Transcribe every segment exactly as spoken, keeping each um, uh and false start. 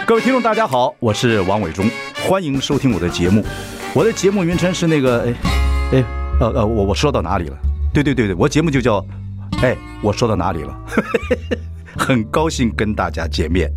各位听众大家好，我是王伟忠，欢迎收听我的节目。我的节目名称是那个哎哎呃呃我我说到哪里了？对对对对，我节目就叫哎我说到哪里了？很高兴跟大家见面。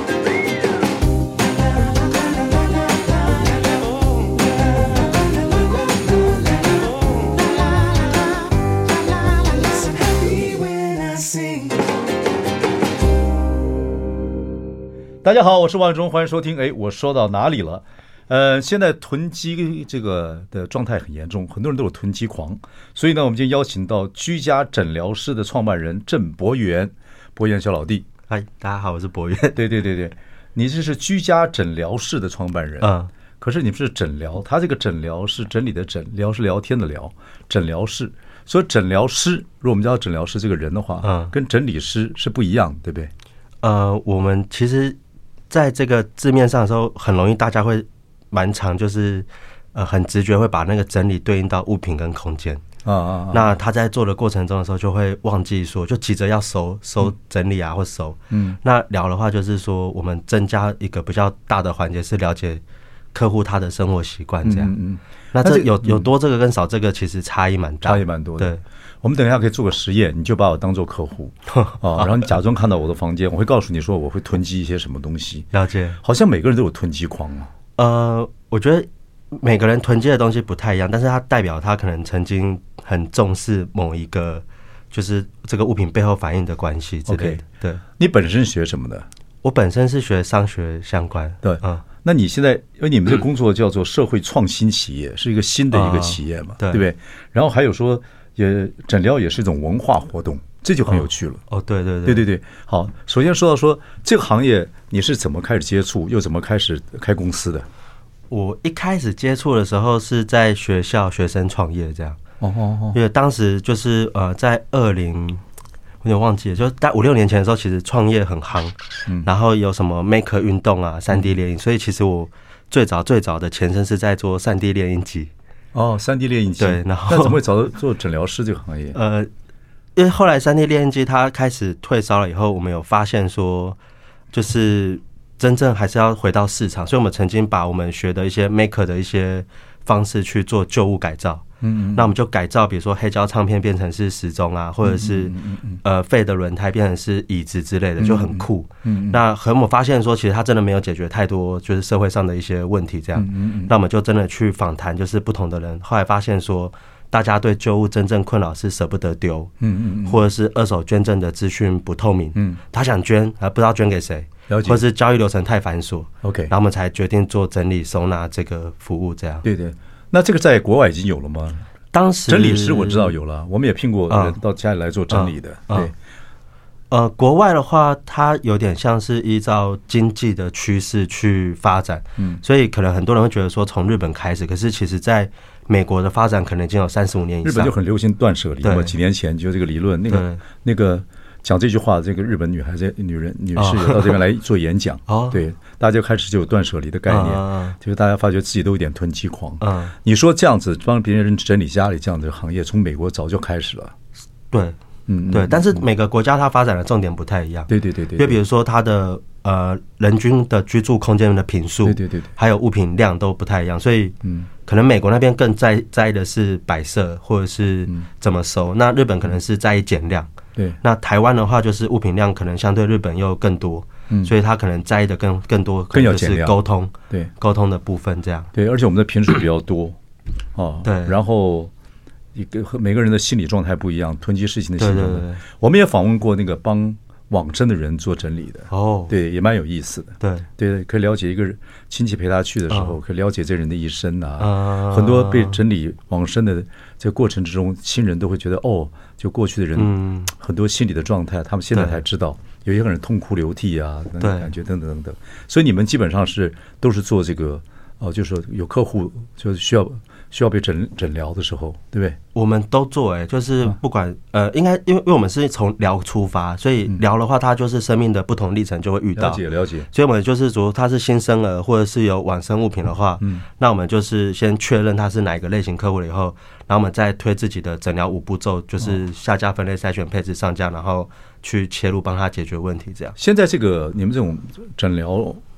大家好，我是王伟忠，欢迎收听。哎，我说到哪里了？呃，现在囤积这个的状态很严重，很多人都有囤积狂，所以呢，我们今天邀请到居家诊疗室的创办人郑博元，博元小老弟。 嗨，大家好，我是博元。 对对对对，你这是居家诊疗室的创办人，嗯，可是你不是诊疗，他这个诊疗是整理的诊，疗是聊天的聊，诊疗室。所以诊疗师，如果我们叫诊疗师这个人的话，嗯，跟整理师是不一样，对不对？ 呃，我们其实在这个字面上的时候，很容易大家会蛮常就是呃很直觉会把那个整理对应到物品跟空间啊啊。那他在做的过程中的时候，就会忘记说，就急着要收收整理啊或收。嗯，那聊的话就是说，我们增加一个比较大的环节是了解客户他的生活习惯这样。嗯嗯。那这有有多这个跟少这个其实差异蛮大， 差异蛮多的。 对。 我们等一下可以做个实验，你就把我当做客户哦，然后你假装看到我的房间，我会告诉你说我会囤积一些什么东西。 了解， 好像每个人都有囤积狂啊。 呃，我觉得每个人囤积的东西不太一样，但是它代表他可能曾经很重视某一个，就是这个物品背后反映的关系之类的。Okay. 对， 你本身是学什么的？ 我本身是学商学相关。 对，嗯。那你现在，因为你们这个工作叫做社会创新企业，是一个新的一个企业嘛，对不对？然后还有说。也诊疗也是一种文化活动，这就很有趣了。 哦，对对对对对对。好，首先说到说这个行业你是怎么开始接触，又怎么开始开公司的？ 我一开始接触的时候是在学校学生创业这样。哦哦哦。因为当时就是呃，在二零我有点忘记了，就在五六年前的时候，其实创业很夯，嗯，然后有什么 Maker 运动啊、三 D 列印，所以其实我最早最早的前身是在做三 D 列印机。 哦，三 D 列印机。 对，然后那怎么会找到做诊疗师这个行业？ 呃，因为后来三 D 列印机它开始退烧了以后，我们有发现说，就是真正还是要回到市场，所以我们曾经把我们学的一些 Maker 的一些方式去做旧物改造。嗯，那我们就改造，比如说黑胶唱片变成是时钟啊，或者是呃废的轮胎变成是椅子之类的，就很酷。嗯，那和我们发现说，其实它真的没有解决太多就是社会上的一些问题，这样。嗯，那我们就真的去访谈，就是不同的人，后来发现说，大家对旧物真正困扰是舍不得丢，嗯嗯，或者是二手捐赠的资讯不透明，嗯，他想捐还不知道捐给谁，或者是交易流程太繁琐。OK， 然后我们才决定做整理收纳这个服务，这样。 对对。那这个在国外已经有了吗？ 当时整理师我知道有了，我们也聘过人到家里来做整理的。嗯嗯、对， 呃，国外的话，它有点像是依照经济的趋势去发展，嗯，所以可能很多人会觉得说从日本开始，可是其实在美国的发展可能已经有三十五年以上。 日本就很流行断舍离嘛，几年前就这个理论，那个那个。讲这句话，这个日本女孩子、女人、女士有到这边来做演讲，哦、对，大家就开始就有断舍离的概念，哦、就是大家发觉自己都有点囤积狂。嗯，你说这样子帮别人整理家里这样的行业，从美国早就开始了。 对，嗯，对，但是每个国家它发展的重点不太一样。 对对对对， 因为比如说它的呃人均的居住空间的坪数， 对对对， 还有物品量都不太一样，所以嗯，可能美国那边更在在意的是摆设或者是怎么收，那日本可能是在意减量。 对， 那台湾的话，就是物品量可能相对日本又更多，嗯，所以他可能在意的更更多， 更要减量， 沟通， 对， 沟通的部分这样。 对，而且我们的频数比较多，哦，对，然后一个和每个人的心理状态不一样，囤积事情的心理状态。对对对，我们也访问过那个帮往生的人做整理的，哦，对，也蛮有意思的。 对对，可以了解一个亲戚陪他去的时候，可以了解这人的一生啊。很多被整理往生的这个过程之中，亲人都会觉得哦。就过去的人，嗯，很多心理的状态，他们现在才知道，有一些人痛哭流涕啊，那种感觉等等等等。所以你们基本上是都是做这个，哦，就是有客户就是需要需要被诊诊疗的时候，对不对？ 我们都做、欸，哎，就是不管、嗯、呃，应该因为因为我们是从疗出发，所以疗的话，它就是生命的不同历程就会遇到， 了解了解。 所以我们就是说，它是新生儿或者是有往生物品的话，嗯，那我们就是先确认它是哪一个类型客户了以后，然后我们再推自己的诊疗五步骤，就是下架、分类、筛选、配置、上架，然后去切入帮他解决问题。这样。 现在这个你们这种诊疗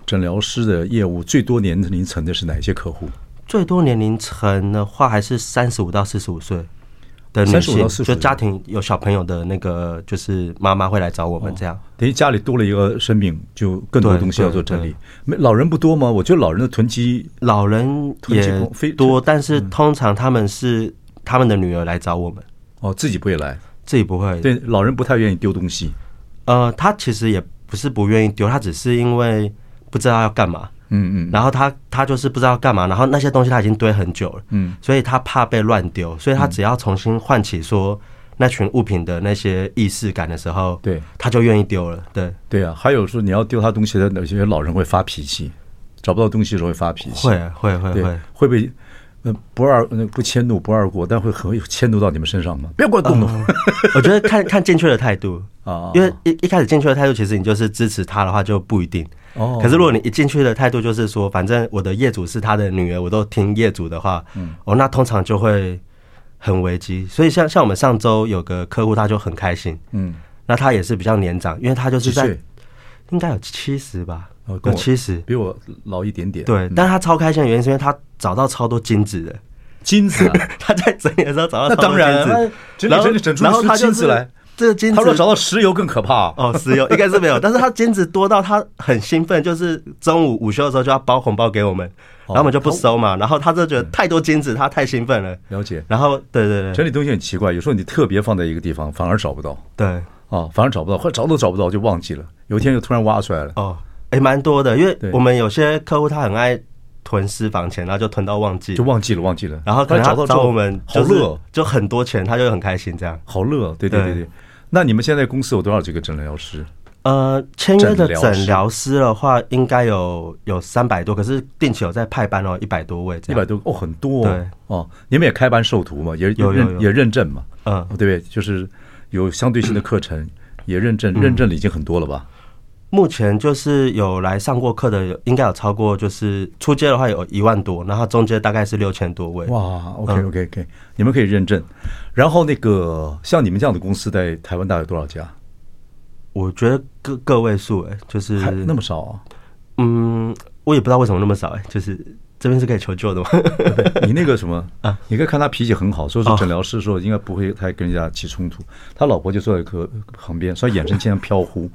诊疗师的业务最多年龄层的是哪些客户？ 最多年龄层的话，还是三十五到四十五岁的女性，就家庭有小朋友的那个，就是妈妈会来找我们这样。哦、 等于家里多了一个生命，就更多东西要做整理。老人不多吗？我觉得老人的囤积， 老人也多，但是通常他们是他们的女儿来找我们。 哦，自己不会来， 自己不会。 对，老人不太愿意丢东西。 呃，他其实也不是不愿意丢，他只是因为不知道要干嘛。嗯嗯，然后他他就是不知道干嘛，然后那些东西他已经堆很久了，嗯，所以他怕被乱丢，所以他只要重新唤起说那群物品的那些意识感的时候，对，他就愿意丢了。对对啊，还有说你要丢他东西的，有些老人会发脾气，找不到东西的时候会发脾气， 会会会会会被呃不二不迁怒不二过，但会很迁怒到你们身上吗？不要过来动动。 呃、我觉得看看进去的态度啊，因为一一开始进去的态度，其实你就是支持他的话就不一定。哦，可是如果你一进去的态度就是说，反正我的业主是他的女儿，我都听业主的话，嗯，哦，那通常就会很危机。所以像像我们上周有个客户，他就很开心，嗯，那他也是比较年长，因为他就是在应该有七十吧，哦、有七十， 比我老一点点。 对，嗯、但是他超开心的原因是因为他找到超多金子的金子、啊， 他在整理的时候找到超多金子， 那当然，然后整出然后他金子来。 这个金子， 他说找到石油更可怕哦，石油应该是没有，但是他金子多到他很兴奋，就是中午午休的时候就要包红包给我们，然后我们就不收嘛，然后他就觉得太多金子，他太兴奋了。 了解。 然后对对对， 整理东西很奇怪，有时候你特别放在一个地方，反而找不到。 对， 啊，反而找不到，或者找都找不到就忘记了，有一天又突然挖出来了。 哦，哎，蛮多的，因为我们有些客户他很爱囤私房钱，然后就囤到忘记， 就忘记了，忘记了。 然后可能他找我们， 好乐， 就很多钱，他就很开心，这样好乐。对对对对。那你们现在公司有多少这个诊疗师？ 呃，签约的诊疗师的话，应该有有三百多，可是定期有在派班哦，一百多位， 一百多哦，很多。对哦，你们也开班授徒嘛，也有认也认证嘛，嗯，对不对？就是有相对性的课程，也认证，认证的已经很多了吧？ 目前就是有来上过课的，应该有超过，就是初阶的话有一万多，然后中阶大概是六千多位。 哇 ，OK OK OK，、嗯、你们可以认证。然后那个像你们这样的公司在台湾大概有多少家？ 我觉得个个位数哎、欸，就是还那么少啊？ 嗯，我也不知道为什么那么少哎、欸，就是这边是可以求救的吗？ 你那个什么啊？你可以看他脾气很好，说是诊疗师说应该不会太跟人家起冲突。他老婆就坐在个旁边，所以眼神经常飘忽，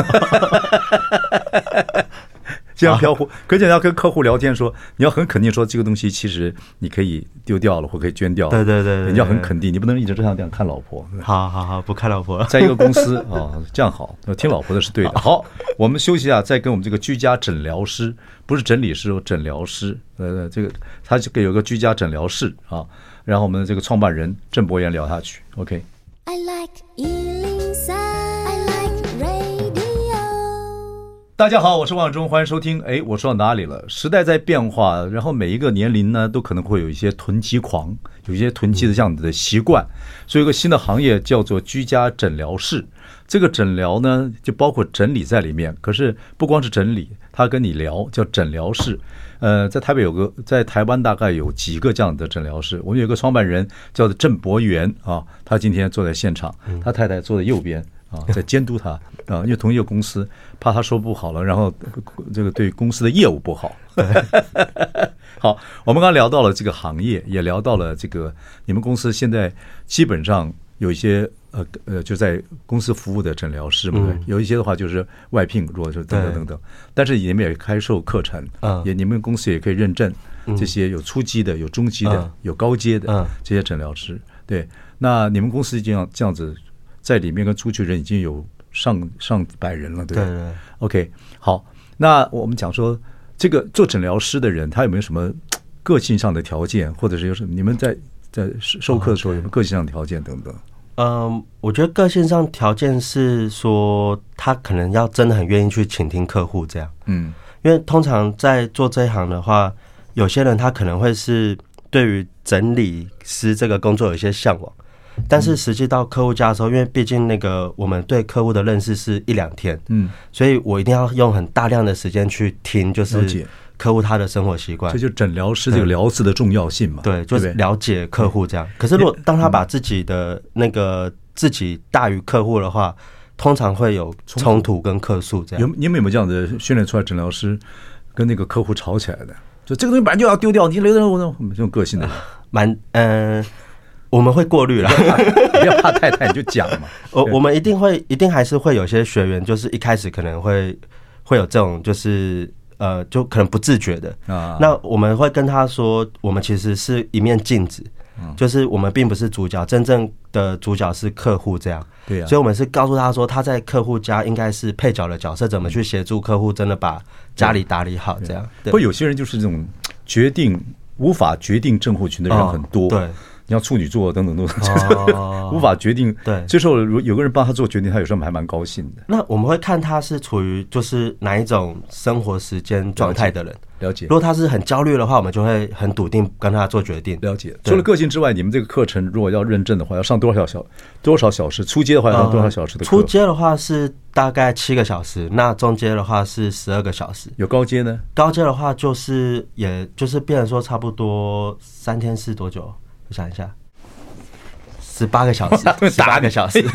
经常飘忽。而且你要跟客户聊天说，你要很肯定说这个东西其实你可以丢掉了或可以捐掉。 对对 对, 对， 你要很肯定，你不能一直这样这样看老婆。 好好好，不看老婆。 在一个公司啊、哦，这样好，听老婆的是对的。好，我们休息一下，再跟我们这个居家诊疗师，不是整理师，诊疗师。呃，这个他这个有个居家诊疗室啊，然后我们的这个创办人郑博元聊下去。OK。I like 一零三 I like radio。大家好，我是王忠，欢迎收听。哎，我说到哪里了？时代在变化，然后每一个年龄呢，都可能会有一些囤积狂，有一些囤积的这样子的习惯，所以有个新的行业叫做居家诊疗室。这个诊疗呢，就包括整理在里面，可是不光是整理，他跟你聊叫诊疗室。呃，在台北有个，在台湾大概有几个这样的诊疗室。我们有个创办人叫做郑博元啊，他今天坐在现场，他太太坐在右边啊，在监督他啊，因为同一个公司，怕他说不好了，然后这个对公司的业务不好。好，我们刚刚聊到了这个行业，也聊到了这个你们公司现在基本上有一些呃呃就在公司服务的诊疗师嘛，嗯、有一些的话就是外聘，如果是等等等等。但是你们也开售课程，嗯、也你们公司也可以认证这些有初级的、有中级的、嗯、有高阶的这些诊疗师。对，那你们公司这样这样子，在里面跟出去人已经有上上百人了，对吧？对对。OK， 好，那我们讲说这个做诊疗师的人，他有没有什么个性上的条件，或者是有什么你们在在授课的时候有没有个性上的条件等等？ 嗯，我觉得个性上条件是说，他可能要真的很愿意去倾听客户这样。嗯，因为通常在做这一行的话，有些人他可能会是对于整理师这个工作有一些向往，但是实际到客户家的时候，因为毕竟那个我们对客户的认识是一两天，嗯，所以我一定要用很大量的时间去听，就是客户他的生活习惯， 这就是诊疗师这个疗字的重要性嘛。 对，就是了解客户这样。可是如果当他把自己的那个自己大于客户的话， 通常会有冲突跟客诉这样。 有你们有没有这样的训练出来诊疗师跟那个客户吵起来的？就这个东西本来就要丢掉，你留着我这种个性的人， 蛮嗯、呃，我们会过滤啦， 不要怕太太你就讲嘛。 我我们一定会一定还是会有些学员，就是一开始可能会会有这种就是呃，就可能不自觉的啊。那我们会跟他说，我们其实是一面镜子。就是我们并不是主角，真正的主角是客户，这样。 对啊， 所以我们是告诉他说，他在客户家应该是配角的角色，怎么去协助客户真的把家里打理好，这样。 不过有些人就是这种决定无法决定症候群的人很多，哦、 对。 你像处女座等等都、哦、无法决定， 对， 这时候如有个人帮他做决定，他有时候还蛮高兴的。 那我们会看他是处于就是哪一种生活时间状态的人， 了解。 如果他是很焦虑的话，我们就会很笃定跟他做决定。 了解。除了个性之外，你们这个课程如果要认证的话，要上多少小多少小时？初阶的话要上多少小时的课？ 初阶的话是大概七个小时，那中阶的话是十二个小时。 有高阶呢？ 高阶的话就是也就是变成说差不多三天是多久？我想一下，十八个小时，十八个小时，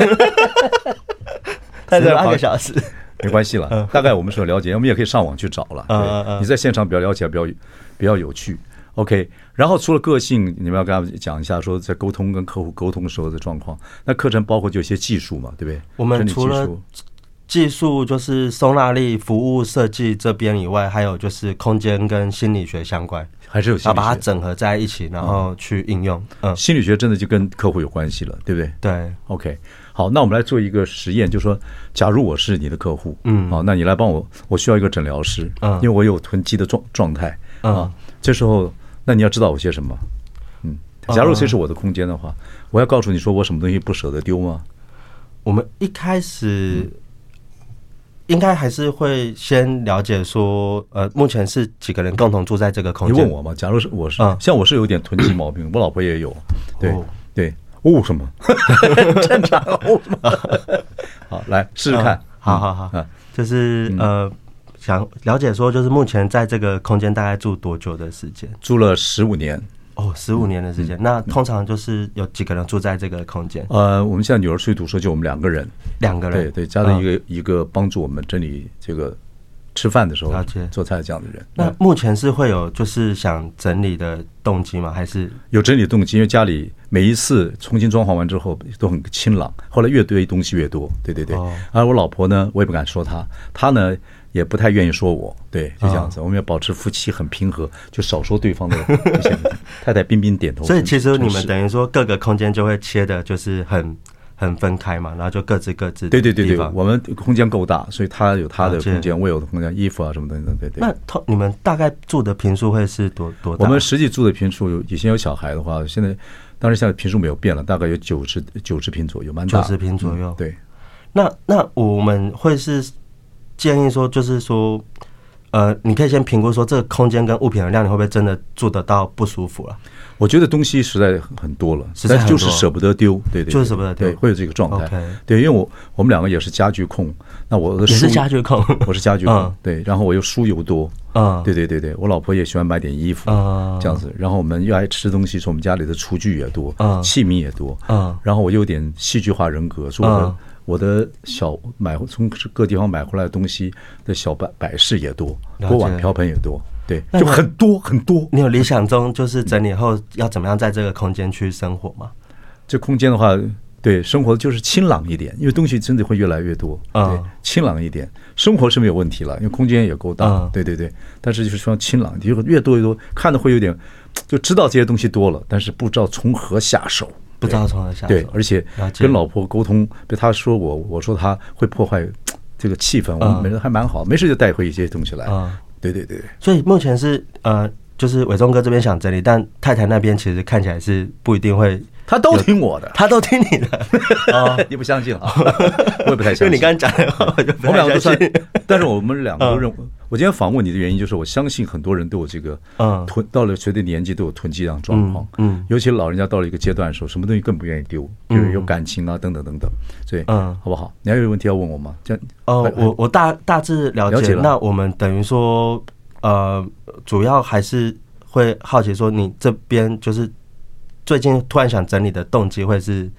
十八个小时， 没关系了。大概我们所了解，我们也可以上网去找了。对，你在现场比较了解，比较比较有趣。OK， 然后除了个性，你们要跟他们讲一下，说在沟通跟客户沟通时候的状况。那课程包括就有些技术嘛，对不对？ 我们除了技术就是收纳力、服务设计这边以外，还有就是空间跟心理学相关。 还是有心理学， 要把它整合在一起，然后去应用。嗯， 心理学真的就跟客户有关系了，对不对？ 对 ，OK， 好，那我们来做一个实验，就是说，假如我是你的客户，嗯，好，那你来帮我，我需要一个诊疗师，嗯，因为我有囤积的状状态，啊，这时候，那你要知道我些什么？嗯，假如这是我的空间的话，我要告诉你说我什么东西不舍得丢吗？ 我们一开始。嗯应该还是会先了解说，呃，目前是几个人共同住在这个空间？ 你问我嘛？假如是我是，嗯、像我是有点囤积毛病，我老婆也有，对、哦、对，哦什么？正常哦什么？好，来试试看。嗯、 好好好，嗯、就是、嗯、呃，想了解说，就是目前在这个空间大概住多久的时间？ 住了十五年。 哦，十五年的时间、嗯，那通常就是有几个人住在这个空间？ 呃，我们现在女儿出去读书，就我们两个人， 两个人， 对对，加上一个、嗯、一个帮助我们整理这个吃饭的时候做菜这样的人。 那目前是会有就是想整理的动机吗？还是有整理动机？因为家里每一次重新装潢完之后都很清朗，后来越堆东西越多，对对对。哦、而我老婆呢，我也不敢说她，她呢。也不太愿意说我，对，就这样子。我们要保持夫妻很平和，就少说对方的一些。太太彬彬点头。 所以其实你们等于说各个空间就会切的，就是很很分开嘛，然后就各自各自的。 对对对对，我们空间够大，所以他有他的空间，我有的空间，衣服啊什么等等，对对。 那你们大概住的坪数会是多多大？ 我们实际住的坪数有，以前有小孩的话，现在当然现在坪数没有变了，大概有九十九十坪左右，蛮大。 九十坪左右， 嗯、对。 那那我们会是。建议说，就是说，呃，你可以先评估说，这个空间跟物品的量，你会不会真的住得到不舒服了？ 我觉得东西实在很多了，但是就是舍不得丢，对对， 就是舍不得丢， 对，会有这个状态。对，因为我我们两个也是家具控，那我的书也是家具控， 我是家具控，对，然后我又书又多，啊，对对对对，我老婆也喜欢买点衣服，这样子，然后我们又爱吃东西，说我们家里的厨具也多，器皿也多，啊，然后我又有点戏剧化人格，说我的。我的小买从各地方买回来的东西的小摆摆饰也多，锅碗瓢盆也多，对，就很多很多。 你有理想中就是整理后要怎么样在这个空间去生活吗？ 这空间的话，对生活就是清朗一点，因为东西真的会越来越多，对，清朗一点，生活是没有问题了，因为空间也够大，对对对。但是就是说清朗，就越多越多，看的会有点就知道这些东西多了，但是不知道从何下手。 不知道从何下手， 对，而且跟老婆沟通，被他说我，我说他会破坏这个气氛，我们每人还蛮好，没事就带回一些东西来。对对对。 所以目前是呃，就是伟忠哥这边想整理，但太太那边其实看起来是不一定会。 他都听我的， 他都听你的， 哦、你不相信啊？我也不太相信。 因为你刚刚讲的话，我就不太相信。 我们两个都算，但是我们两个都认为，我今天访问你的原因就是，我相信很多人都有这个，嗯，囤到了随着年纪都有囤积这样状况，嗯，尤其老人家到了一个阶段的时候，什么东西更不愿意丢，就是有感情啊，等等等等，所以，嗯，好不好？你还有问题要问我吗？这样， 哦，我我大大致了解，了解了。那我们等于说，呃，主要还是会好奇说，你这边就是。最近突然想整理的动机会是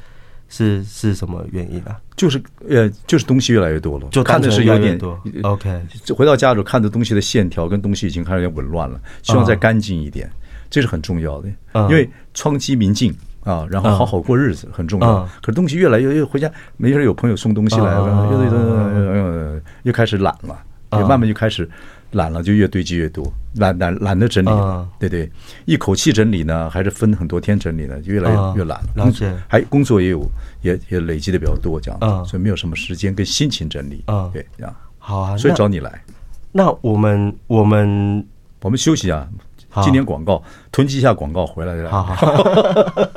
是是什么原因啊？ 就是呃，就是东西越来越多了， 就看的是有点多。OK， 回到家之后看的东西的线条跟东西已经开始有点紊乱了，希望再干净一点，嗯、这是很重要的。嗯、因为窗机明镜啊，然后好好过日子、嗯、很重要。嗯、可是东西越来越越回家，没事有朋友送东西来，嗯、又又又又开始懒了，嗯、也慢慢就开始。懒了就越堆积越多，懒懒懒得整理了，对对，一口气整理呢，还是分很多天整理呢，就越来越越懒了。 了解， 还工作也有也也累积的比较多，这样子，所以没有什么时间跟心情整理。嗯，对，这样。 好啊， 所以找你来。 那我们我们我们休息啊，今年广告囤积一下广告回来。好好。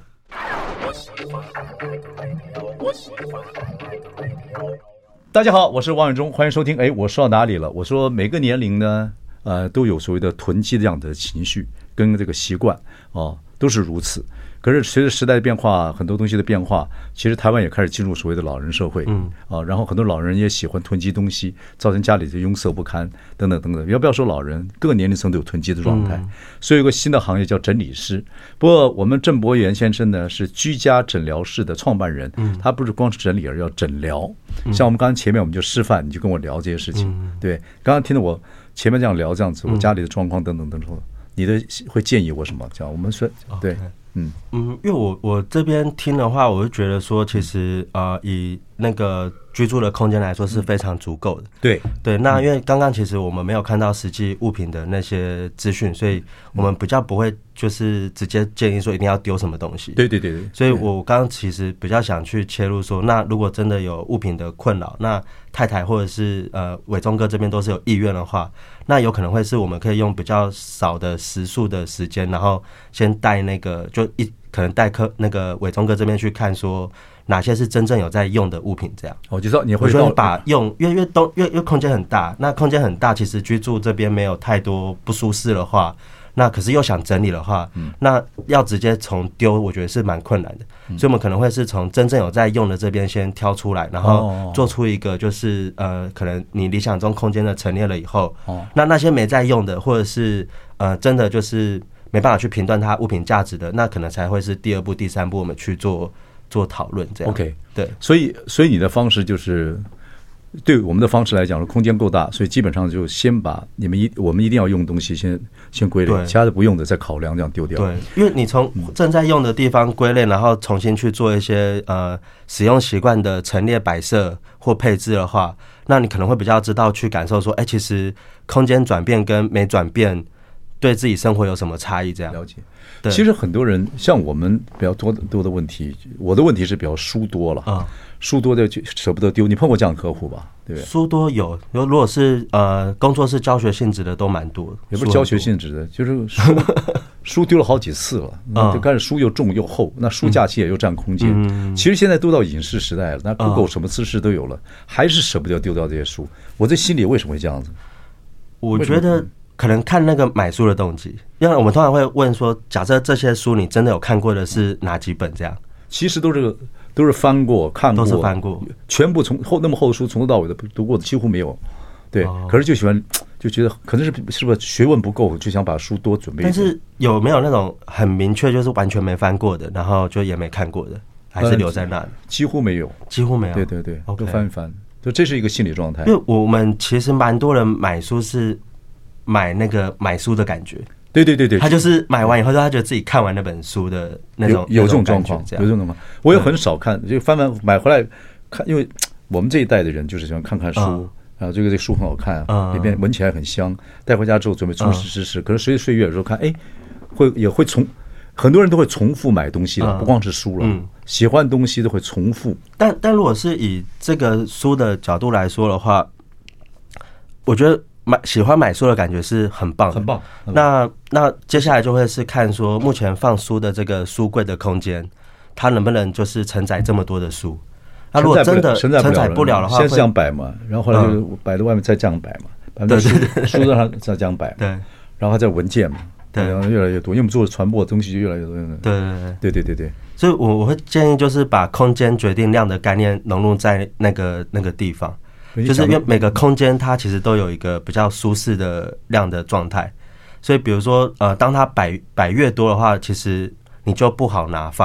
大家好，我是王永忠，欢迎收听。哎，我说到哪里了？我说每个年龄呢，呃，都有所谓的囤积这样的情绪跟这个习惯哦，都是如此。可是随着时代的变化，很多东西的变化，其实台湾也开始进入所谓的老人社会，嗯啊，然后很多老人也喜欢囤积东西，造成家里就拥塞不堪，等等等等。要不要说老人，各个年龄层都有囤积的状态。所以有个新的行业叫整理师。不过我们郑博元先生呢是居家诊疗室的创办人，他不是光是整理，而要诊疗。像我们刚刚前面我们就示范，你就跟我聊这些事情，对，刚刚听到我前面这样聊这样子，我家里的状况等等等等，你的会建议我什么？这样我们说对。嗯嗯，因为我我这边听的话，我就觉得说，其实呃，以那个居住的空间来说是非常足够的。 对对，那因为刚刚其实我们没有看到实际物品的那些资讯，所以我们比较不会就是直接建议说一定要丢什么东西。 对对对对。 所以我刚刚其实比较想去切入说，那如果真的有物品的困扰，那太太或者是呃伟忠哥这边都是有意愿的话，那有可能会是我们可以用比较少的时数的时间，然后先带那个就一可能带客那个伟忠哥这边去看说哪些是真正有在用的物品，这样。 我就知道你会说把用，因为越东越越空间很大，那空间很大，其实居住这边没有太多不舒适的话，那可是又想整理的话，嗯、那要直接从丢，我觉得是蛮困难的。嗯、所以我们可能会是从真正有在用的这边先挑出来，然后做出一个就是呃，可能你理想中空间的陈列了以后，哦、那那些没在用的，或者是呃真的就是没办法去评断它物品价值的，那可能才会是第二步、第三步我们去做做讨论这样。 OK， 对， 所以所以你的方式就是。对我们的方式来讲，空间够大，所以基本上就先把你们一我们一定要用的东西先先归类，其他的不用的再考量，这样丢掉。 对，因为你从正在用的地方归类，然后重新去做一些呃使用习惯的陈列摆设或配置的话，那你可能会比较知道去感受说，哎，其实空间转变跟没转变对自己生活有什么差异？这样了解。其实很多人像我们比较多多的问题，我的问题是比较书多了啊。书多的就舍不得丢，你碰过这样的客户吧？对不对？ 书多有，如果是呃工作室教学性质的都蛮多的， 也不是教学性质的，就是书书丢了好几次了。嗯，就开始书又重又厚，那书架其实也又占空间。嗯，其实现在都到影视时代了，那 Google 什么姿势都有了，还是舍不得丢掉这些书。我这心里为什么会这样子？ 我觉得可能看那个买书的动机，因为我们通常会问说，假设这些书你真的有看过的是哪几本？这样， 其实都是。都是翻过看过， 都是翻过， 全部从后那么厚的书从头到尾的读过的几乎没有，对。哦、可是就喜欢就觉得可能是是不是学问不够，就想把书多准备一点。 但是有没有那种很明确就是完全没翻过的，然后就也没看过的，还是留在那里？ 呃、几乎没有， 几乎没有。 对对对，都翻一翻，就这是一个心理状态。 因为我们其实蛮多人买书是买那个买书的感觉。 对对对对， 他就是买完以后，他觉得自己看完那本书的那种有有这种状况，有这种状况。我也很少看，就翻完买回来看，因为我们这一代的人就是喜欢看看书，啊，这个这个书很好看，里面闻起来很香，带回家之后准备充实知识。可是随着岁月有时候看，哎，会也会重，很多人都会重复买东西了，不光是书了，喜欢的东西都会重复。 但但如果是以这个书的角度来说的话，我觉得。买喜欢买书的感觉是很棒的， 很棒。 那那接下来就会是看说，目前放书的这个书柜的空间，它能不能就是承载这么多的书？那如果真的承载不了的话， 先这样摆嘛，然后后来就摆在外面再这样摆嘛，对对，书上再这样摆， 对， 然后再文件嘛，对，然后越来越多，因为我们做的传播的东西就越来越多， 对对对对对对。 所以我我会建议就是把空间决定量的概念融入在那个那个地方。就是因为每个空间它其实都有一个比较舒适的量的状态，所以比如说呃，当它摆摆越多的话，其实你就不好拿放。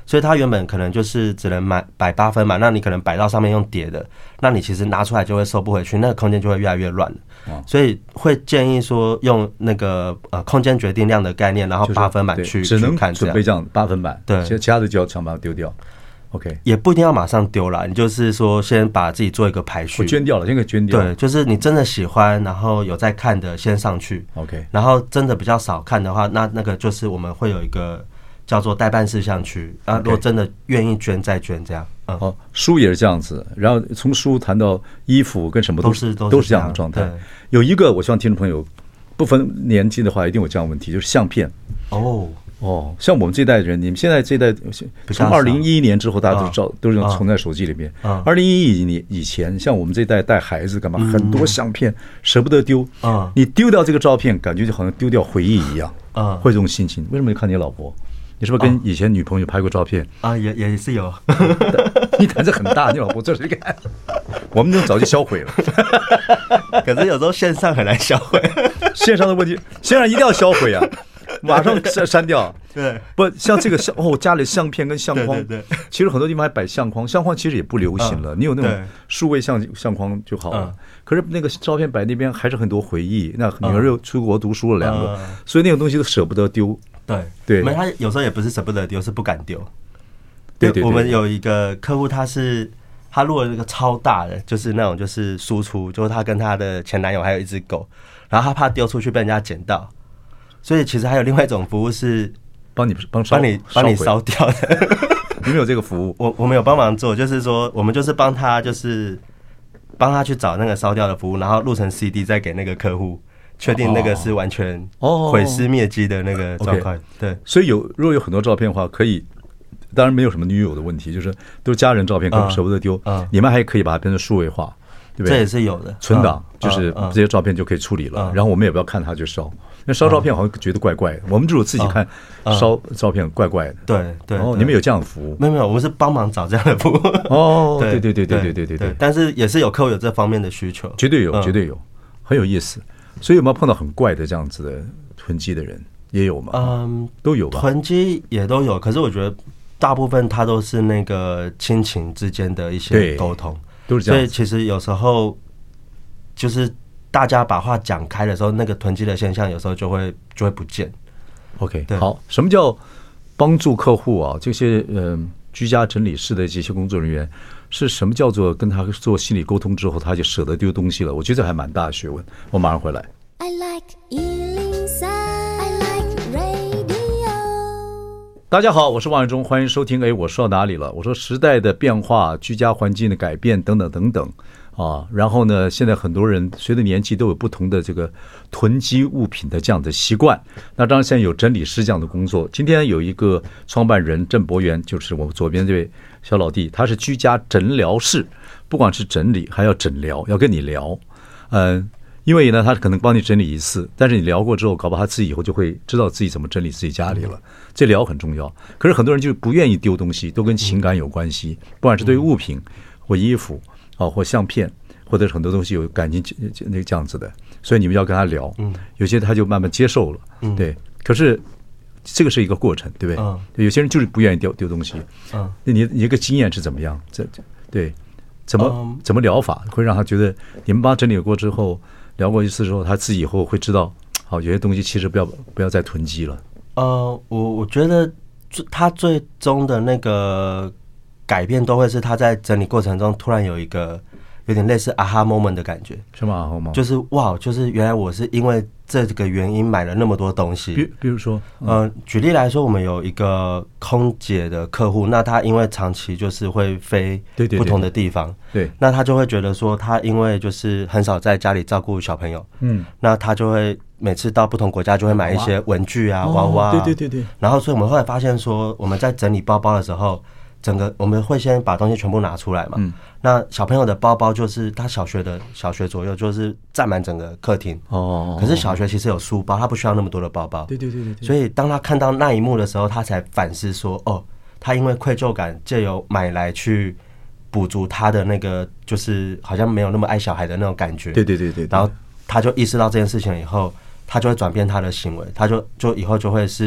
所以它原本可能就是只能买摆八分嘛，那你可能摆到上面用叠的，那你其实拿出来就会收不回去，那个空间就会越来越乱了。所以会建议说用那个呃空间决定量的概念，然后八分板去只能看， 准备这样八分板， 对， 其他的就要想把它丢掉。OK， 也不一定要马上丢啦，你就是说先把自己做一个排序， 我捐掉了，先给捐掉。 对，就是你真的喜欢，然后有在看的先上去。 OK， 然后真的比较少看的话，那那个就是我们会有一个叫做代办事项区啊。如果真的愿意捐再捐这样。嗯， 哦，书也是这样子，然后从书谈到衣服跟什么都是都是都是这样的状态。有一个我希望听众朋友不分年纪的话，一定有这样的问题，就是相片。 哦。 哦，像我们这一代人，你们现在这一代，从二零一一年之后，大家都知道，都是存在手机里面。二零一一年以前，像我们这一代带孩子干嘛，很多相片舍不得丢。你丢掉这个照片，感觉就好像丢掉回忆一样。会这种心情。为什么你看你老婆？你是不是跟以前女朋友拍过照片？ 啊，也也是有。 你胆子很大，你老婆这是看，我们都早就销毁了。 可是有时候线上很难销毁。 线上的问题，线上一定要销毁啊！马上删删掉。 对， 不像这个相哦，家里相片跟相框， 对对对， 其实很多地方还摆相框，相框其实也不流行了。你有那种数位相相框就好了。可是那个照片摆那边还是很多回忆。那女儿又出国读书了两个，所以那种东西都舍不得丢。 对对， 没他有时候也不是舍不得丢，是不敢丢。 对对， 我们有一个客户，他是他录了那个超大的，就是那种就是输出，就是他跟他的前男友还有一只狗，然后他怕丢出去被人家捡到。所以其实还有另外一种服务是帮你帮帮你帮你烧掉的。 你们有这个服务？ 我我们有帮忙做，就是说我们就是帮他就是帮他去找那个烧掉的服务，然后录成 C D 再给那个客户，确定那个是完全毁尸灭迹的那个状况。对， 所以有如果有很多照片的话，可以。当然没有什么女友的问题，就是都是家人照片，可能舍不得丢。你们还可以把它变成数位化，对不对？ 这也是有的， 存档就是这些照片就可以处理了。然后我们也不要看它就烧。那烧照片好像觉得怪怪的，我们如果自己看烧照片怪怪的。 对对。 哦，你们有这样的服务？ 没有没有，我们是帮忙找这样的服务。 哦，对对对对对对对对。 但是也是有客户有这方面的需求， 绝对有绝对有，很有意思。所以有没有碰到很怪的这样子的囤积的人？也有吗？嗯，都有吧。 囤积也都有，可是我觉得大部分它都是那个亲情之间的一些沟通， 都是这样。 所以其实有时候就是大家把话讲开的时候，那个囤积的现象有时候就会就会不见。 OK， 好，什么叫帮助客户啊？这些嗯、呃、居家整理室的这些工作人员，是什么叫做跟他做心理沟通之后，他就舍得丢东西了？我觉得还蛮大的学问。我马上回来。I like 一零三 I like radio。大家好，我是王伟忠，欢迎收听。哎，我说到哪里了？我说时代的变化、居家环境的改变等等等等啊。然后呢，现在很多人随着年纪都有不同的这个囤积物品的这样的习惯。那当然，现在有整理师这样的工作。今天有一个创办人郑博元，就是我们左边这位小老弟，他是居家诊疗室，不管是整理还要诊疗，要跟你聊，嗯。因为呢，他可能帮你整理一次，但是你聊过之后，搞不好他自己以后就会知道自己怎么整理自己家里了。这聊很重要。可是很多人就不愿意丢东西，都跟情感有关系，不管是对于物品或衣服啊，或相片，或者是很多东西有感情那个这样子的。所以你们要跟他聊，有些他就慢慢接受了，对。可是这个是一个过程，对不对？有些人就是不愿意丢丢东西。那你你一个经验是怎么样？这对怎么怎么疗法会让他觉得你们帮他整理过之后？聊过一次之后，他自己以后会知道，好，有些东西其实不要不要再囤积了。 呃，我我觉得他最终的那个改变，都会是他在整理过程中突然有一个有点类似 aha moment 的感觉。 什么 aha moment？ 就是哇，就是原来我是因为这个原因买了那么多东西。 比比如说， 嗯、呃，举例来说，我们有一个空姐的客户，那他因为长期就是会飞不同的地方， 对， 对， 对， 对， 那他就会觉得说，他因为就是很少在家里照顾小朋友，嗯，那他就会每次到不同国家就会买一些文具啊、娃娃、啊， 对对对对。 然后，所以我们后来发现说，我们在整理包包的时候，整个我们会先把东西全部拿出来嘛。嗯。那小朋友的包包就是他小学的小学左右，就是占满整个客厅。哦。可是小学其实有书包，他不需要那么多的包包。 对对对对。 所以当他看到那一幕的时候，他才反思说：“哦，他因为愧疚感，借由买来去补足他的那个，就是好像没有那么爱小孩的那种感觉。” 对对对对。 然后他就意识到这件事情以后，他就会转变他的行为，他就就以后就会是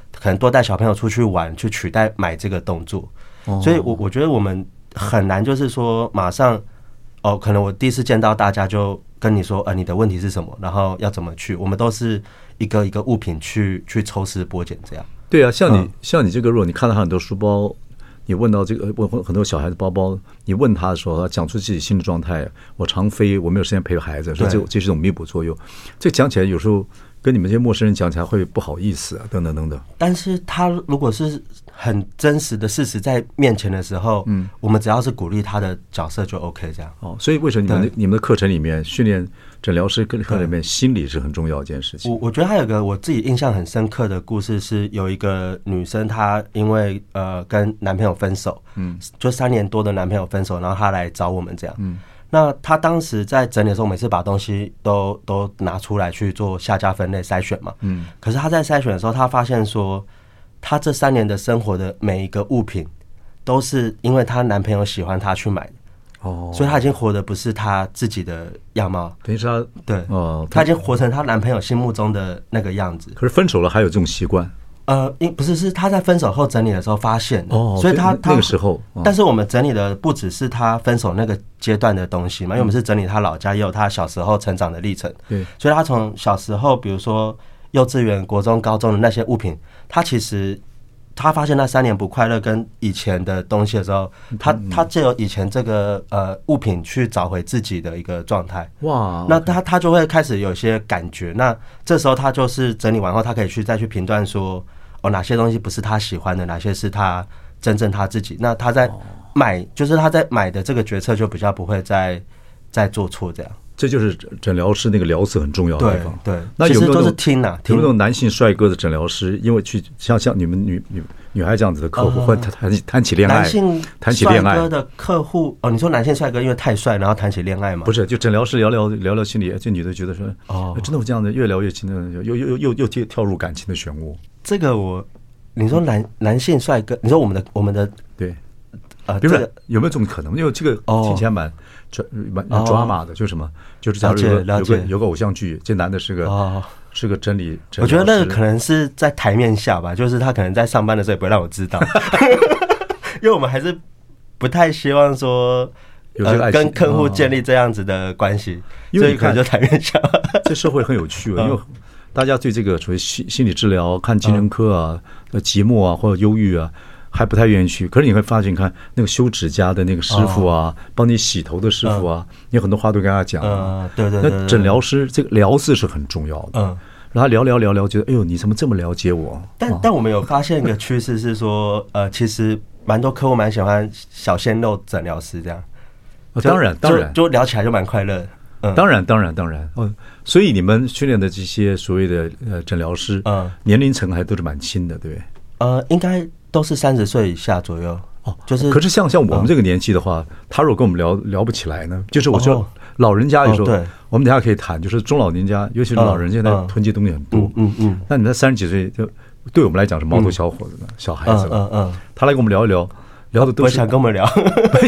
可能多带小朋友出去玩，去取代买这个动作。所以我我觉得我们很难就是说马上哦，可能我第一次见到大家就跟你说，呃，你的问题是什么，然后要怎么去，我们都是一个一个物品去去抽丝剥茧这样。 对啊，像你、嗯、像你这个，如果你看到他很多书包，你问到这个问很多小孩子包包，你问他的时候，他讲出自己心理状态，我常飞，我没有时间陪孩子，所以这这是一种弥补作用。这讲起来有时候跟你们这些陌生人讲起来会不好意思啊，等等等等。 但是他如果是很真实的事实在面前的时候，嗯，我们只要是鼓励他的角色就 OK 这样。 哦，所以为什么你们你们的课程里面训练诊疗师课程里面心理是很重要的一件事情？ 我我觉得还有个我自己印象很深刻的故事是，有一个女生她因为呃跟男朋友分手，嗯，就三年多的男朋友分手，然后她来找我们这样，嗯。那他当时在整理的时候，每次把东西都都拿出来去做下架分类筛选嘛。嗯。可是他在筛选的时候，他发现说，他这三年的生活的每一个物品，都是因为她男朋友喜欢她去买的。哦。所以他已经活的不是他自己的样貌， 等于是他对哦，他已经活成他男朋友心目中的那个样子。 可是分手了还有这种习惯。 呃，因不是是他在分手后整理的时候发现的， 哦， 所以他那个时候， 哦，但是我们整理的不只是他分手那个阶段的东西嘛，因为我们是整理他老家，也有他小时候成长的历程，对，所以他从小时候，比如说幼稚园、国中、高中的那些物品，他其实他发现那三年不快乐跟以前的东西的时候，他他借由以前这个呃物品去找回自己的一个状态，哇，那他他就会开始有些感觉，那这时候他就是整理完后，他可以去再去评断说，哦，哪些东西不是他喜欢的，哪些是他真正他自己。那他在买，就是他在买的这个决策就比较不会再再做错这样。 这就是诊疗师那个聊色很重要的地方。 对，对， 那有没有都是听啊？ 有没有那种男性帅哥的诊疗师？因为去像像你们女女女孩这样子的客户，会谈谈起恋爱， 男性谈起恋爱帅哥的客户哦，你说男性帅哥因为太帅，然后谈起恋爱吗？ 不是，就诊疗师聊聊聊聊心理，这女的觉得说，哦，真的我这样的越聊越亲的，又又又又又跳入感情的漩涡。 这个我。你说男男性帅哥，你说我们的我们的对，呃，比如说有没有这种可能？因为这个听起来蛮蛮蛮 drama 的，就是什么，就是假如有个有个有个偶像剧，这男的是个哦是个真理， 我觉得那个可能是在台面下吧，就是他可能在上班的时候也不会让我知道，因为我们还是不太希望说呃跟客户建立这样子的关系，所以可能就台面下。 这社会很有趣，因为。大家对这个所谓心心理治疗、看精神科啊、呃寂寞啊或者忧郁啊，还不太愿意去。可是你会发现，你看那个修指甲的那个师傅啊，帮你洗头的师傅啊，你有很多话都跟他讲。 嗯，对对。 那诊疗师这个聊字是很重要的。嗯，然后聊聊聊聊，觉得哎呦，你怎么这么了解我？ 但但我们有发现一个趋势是说，呃，其实蛮多客户蛮喜欢小鲜肉诊疗师这样。 当然当然， 就聊起来就蛮快乐的。 嗯，当然，当然，当然，哦，所以你们训练的这些所谓的呃诊疗师，嗯，年龄层还都是蛮轻的，对不对？ 呃，应该都是三十岁以下左右。哦，就是， 可是像像我们这个年纪的话，他如果跟我们聊聊不起来呢，就是我说老人家有时候，对，我们等下可以谈，就是中老年家，尤其是老人现在囤积东西很多，嗯嗯，那你在三十几岁，就对我们来讲是毛头小伙子呢，小孩子，嗯嗯，他来跟我们聊一聊，聊的都是不想跟我们聊。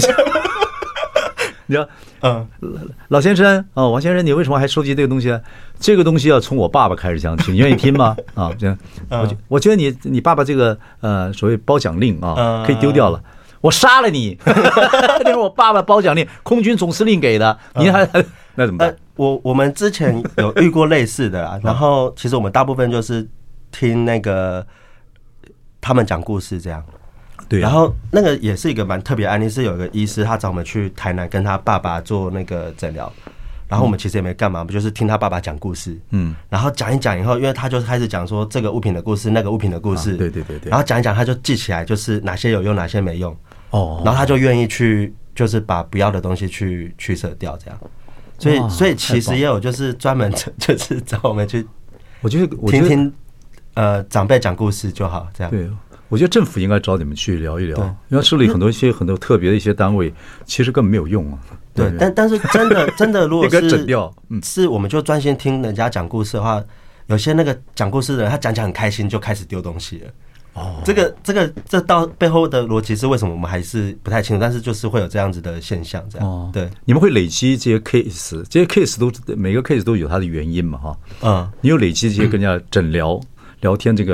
你知道，嗯，老先生哦，王先生，你为什么还收集这个东西啊？这个东西要从我爸爸开始讲起，你愿意听吗？啊，这样，我我觉得你你爸爸这个呃所谓褒奖令啊，可以丢掉了，我杀了你，那是我爸爸褒奖令，空军总司令给的，你还那怎么办？ 我我们之前有遇过类似的啦，然后其实我们大部分就是听那个他们讲故事这样。 对， 然后那个也是一个蛮特别的案例，是有一个医师他找我们去台南跟他爸爸做那个诊疗，然后我们其实也没干嘛，不就是听他爸爸讲故事，嗯，然后讲一讲以后，因为他就开始讲说这个物品的故事，那个物品的故事， 啊、对对对对， 然后讲一讲他就记起来，就是哪些有用，哪些没用，哦，然后他就愿意去，就是把不要的东西去取舍掉，这样，所以所以其实也有就是专门就是找我们去， 我觉得听听呃长辈讲故事就好，这样， 对。我觉得政府应该找你们去聊一聊，因为设立很多一些很多特别的一些单位，其实根本没有用啊。 对，对但但是真的真的，如果是整掉， 嗯，是我们就专心听人家讲故事的话，有些那个讲故事的人，他讲讲很开心，就开始丢东西了。哦，这个这个这到背后的逻辑是为什么，我们还是不太清楚，但是就是会有这样子的现象，这样。哦，对， 你们会累积这些 case， 这些 case 都每个 case 都有它的原因嘛，哈。嗯，你有累积这些跟人家诊疗聊天这个。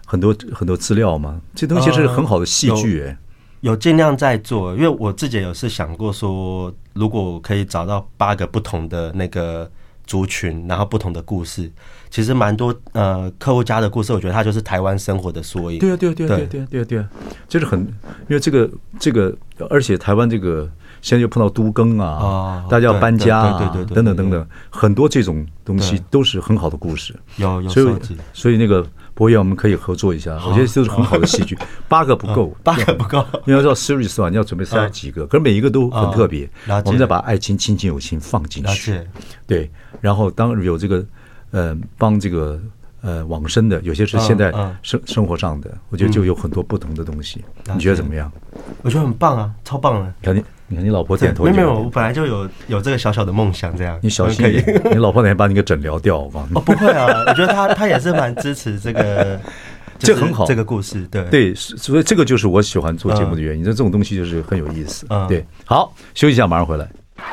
很多很多资料吗？这东西是很好的戏剧哎、欸。 有尽量在做，因为我自己有是想过说，如果我可以找到八个不同的那个族群，然后不同的故事，其实蛮多呃客户家的故事，我觉得它就是台湾生活的缩影。 对啊，对啊，对啊，对啊，对啊，对啊，对啊，就是很，因为这个这个，而且台湾这个现在又碰到都更啊，哦、大家要搬家啊，对对对，等等等等，很多这种东西都是很好的故事。 有有， 所以所以那个。博彦，我们可以合作一下，我觉得都是很好的戏剧。八个不够， 八个不够， 你要知道 series 的话，你要准备三十几个，可是每一个都很特别。我们再把爱情、亲情、友情放进去，对。然后当有这个呃帮这个呃往生的，有些是现在生生活上的，我觉得就有很多不同的东西。你觉得怎么样？ 我觉得很棒啊，超棒的。 看你，你看你老婆点头。 没有没有，我本来就有有这个小小的梦想，这样。 你小心，你老婆哪天把你给诊疗掉，我告诉你。 哦，不会啊，我觉得她她也是蛮支持这个。 这很好， 这个故事，对对，所以这个就是我喜欢做节目的原因。这、嗯、这种东西就是很有意思。嗯、对，好，休息一下，马上回来。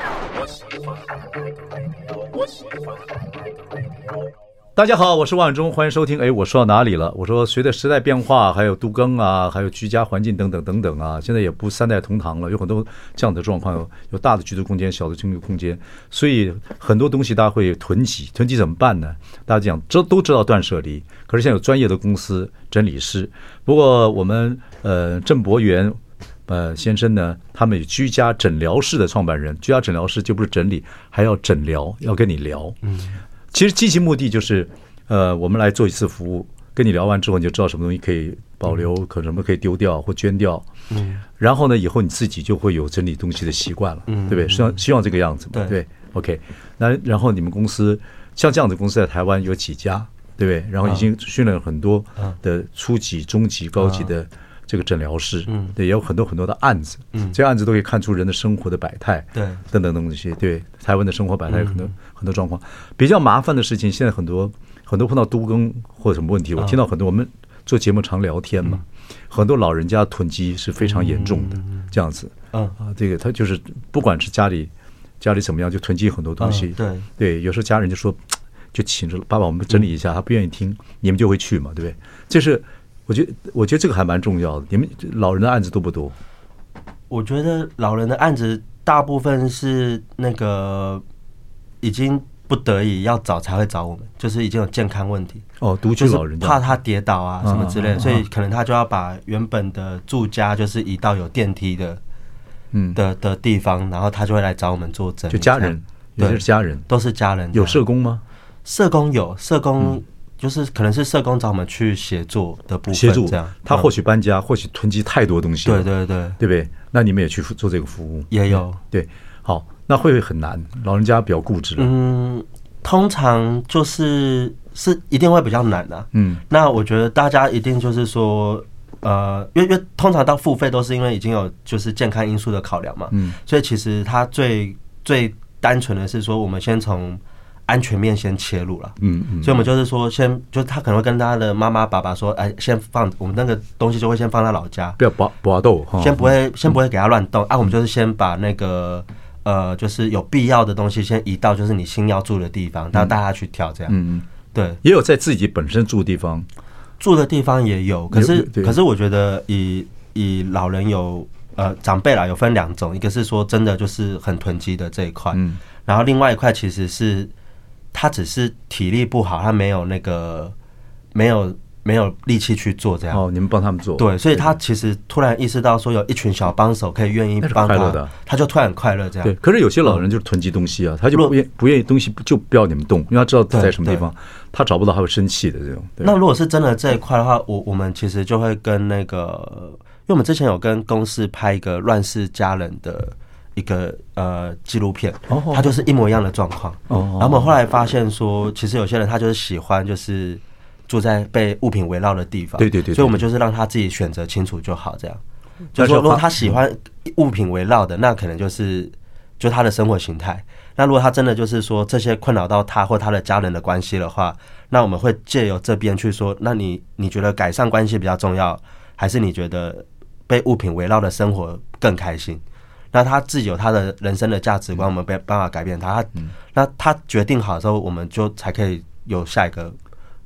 大家好，我是万忠，欢迎收听。哎，我说到哪里了？我说随着时代变化，还有都更啊，还有居家环境等等等等啊，现在也不三代同堂了，有很多这样的状况，有有大的居住空间，小的居住空间，所以很多东西大家会囤积，囤积怎么办呢？大家讲这都知道断舍离，可是现在有专业的公司整理师。不过我们呃郑博元呃先生呢，他们有居家诊疗室的创办人，居家诊疗室就不是整理，还要诊疗，要跟你聊。嗯。其实积极目的就是，呃，我们来做一次服务，跟你聊完之后，你就知道什么东西可以保留，可什么可以丢掉或捐掉。嗯。然后呢，以后你自己就会有整理东西的习惯了，嗯，对不对？希望希望这个样子，对对。OK， 那然后你们公司像这样的公司在台湾有几家，对不对？然后已经训练了很多的初级、中级、高级的这个诊疗师，嗯，对，也有很多很多的案子，嗯，这些案子都可以看出人的生活的百态，对，等等东西，对，台湾的生活百态很多、嗯、很多状况。比较麻烦的事情，现在很多很多碰到都更或者什么问题，我听到很多，我们做节目常聊天嘛，嗯、很多老人家囤积是非常严重的，嗯、这样子，嗯啊，这个他就是不管是家里家里怎么样，就囤积很多东西，嗯、对对，有时候家人就说就请着爸爸我们整理一下，他不愿意听，你们就会去嘛，对不对？这是。我觉得，我觉得这个还蛮重要的。你们老人的案子多不多？ 我觉得老人的案子大部分是那个已经不得已要找才会找我们，就是已经有健康问题哦，独居老人怕他跌倒啊什么之类的，所以可能他就要把原本的住家就是移到有电梯的，嗯的的地方，然后他就会来找我们做诊。 就家人，也是家人， 都是家人。 有社工吗？ 社工有社工。嗯就是可能是社工找我们去协作的部分， 协助这样。 他或许搬家，嗯、或许囤积太多东西了， 对对对， 对不对？那你们也去做这个服务， 也有对。好，那会不会很难？老人家比较固执。 嗯，通常就是是一定会比较难的、啊。嗯，那我觉得大家一定就是说，呃，因为因为通常到付费都是因为已经有就是健康因素的考量嘛。嗯，所以其实它最最单纯的是说，我们先从安全面先切入了，嗯嗯，所以我们就是说先，先就是他可能会跟他的妈妈、爸爸说，哎，先放我们那个东西就会先放在老家， 不要拔拔豆， 先不会先不会给他乱动、嗯、啊。我们就是先把那个呃，就是有必要的东西先移到就是你新要住的地方，然后带他去挑这样。嗯嗯，对， 也有在自己本身住的地方， 住的地方也有，可是可是我觉得以以老人有呃长辈啦，有分两种，一个是说真的就是很囤积的这一块，嗯，然后另外一块其实是。他只是体力不好，他没有那个没有没有力气去做这样。 哦，你们帮他们做。 对，所以他其实突然意识到说有一群小帮手可以愿意帮他， 的他就突然很快乐这样。 对，可是有些老人就是囤积东西啊，他就不愿不愿意东西就不要你们动，因为他知道在什么地方，他找不到他会生气的这种。 那如果是真的这一块的话，我我们其实就会跟那个，因为我们之前有跟公司拍一个乱世佳人的。一个呃纪录片，它就是一模一样的状况。然后我们后来发现说，其实有些人他就是喜欢就是住在被物品围绕的地方， 对对对， 所以我们就是让他自己选择清楚就好，这样。就是说，如果他喜欢物品围绕的，那可能就是就他的生活形态。那如果他真的就是说这些困扰到他或他的家人的关系的话，那我们会借由这边去说，那你你觉得改善关系比较重要，还是你觉得被物品围绕的生活更开心？那他自己有他的人生的价值观，我们没办法改变他。他那他决定好之后，我们就才可以有下一个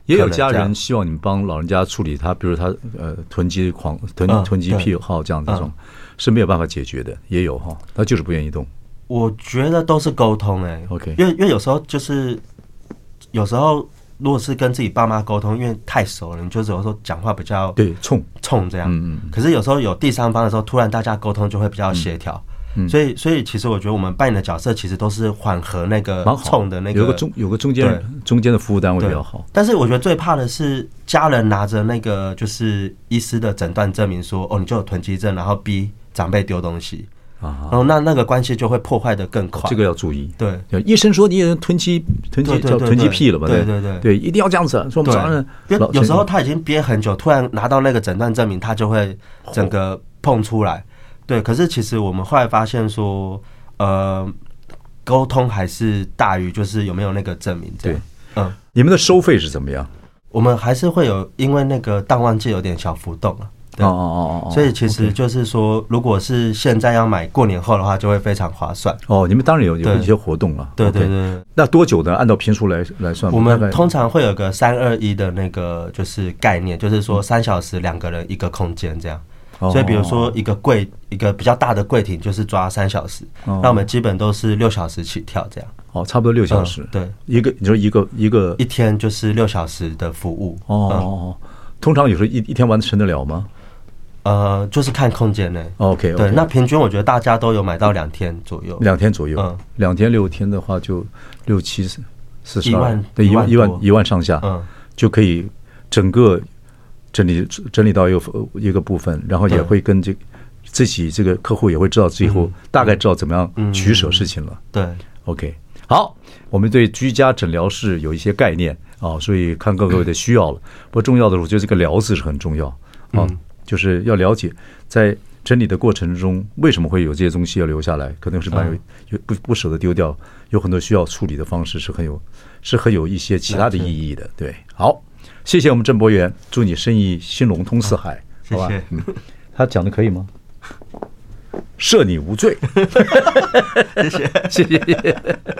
也有家人希望你们帮老人家处理他，比如他呃囤积狂囤囤积癖好这样子，这种是没有办法解决的，也有哈，他就是不愿意动。 我觉得都是沟通哎、欸、 ，OK， 因为因为有时候就是有时候如果是跟自己爸妈沟通，因为太熟了，你就是有时候讲话比较对冲冲这样， 嗯嗯。 可是有时候有第三方的时候，突然大家沟通就会比较协调。嗯嗯、所以，所以其实我觉得我们扮演的角色其实都是缓和那个冲的那个， 有个中有个中间中间的服务单位比较好。 但是我觉得最怕的是家人拿着那个就是医师的诊断证明说，哦，你就有囤积症，然后逼长辈丢东西啊，然后那那个关系就会破坏的更快。 这个要注意。 对， 医生说你也囤积囤积叫囤积癖了嘛？ 对对对对，一定要这样子。说我们早上因为有时候他已经憋很久，突然拿到那个诊断证明，他就会整个碰出来。对，可是其实我们后来发现说，呃，沟通还是大于就是有没有那个证明这样。 对，嗯，你们的收费是怎么样？ 我们还是会有，因为那个淡旺季有点小浮动啊。 哦哦哦， 所以其实就是说，如果是现在要买过年后的话，就会非常划算。 哦，你们当然有有一些活动了。 对对对。 那多久呢？按照坪数来来算？ 我们通常会有个三二一的那个就是概念，就是说三小时两个人一个空间这样。所以比如说一个柜一个比较大的柜艇就是抓三小时，那我们基本都是六小时起跳这样。 哦，差不多六小时。 对， 一个你说一个一个一天就是六小时的服务。 哦，通常有时候一一天完成得了吗？ 呃，就是看空间呢。 OK， 对，那平均我觉得大家都有买到两天左右。 两天左右，嗯，两天六天的话就六七四十二，对，一万一万一万上下，嗯，就可以整个。整理整理到一个一个部分，然后也会跟这自己这个客户也会知道最后大概知道怎么样取舍事情了。 对 ，OK， 好，我们对居家诊疗室有一些概念啊，所以看各位的需要了。不过重要的是，我觉得这个疗字是很重要啊，就是要了解在整理的过程中为什么会有这些东西要留下来，可能是蛮有有不不舍得丢掉，有很多需要处理的方式是很有是很有一些其他的意义的。对，好。谢谢我们郑博元，祝你生意兴隆通四海， 谢谢。 嗯，他讲的可以吗？赦你无罪， 谢谢， 谢谢。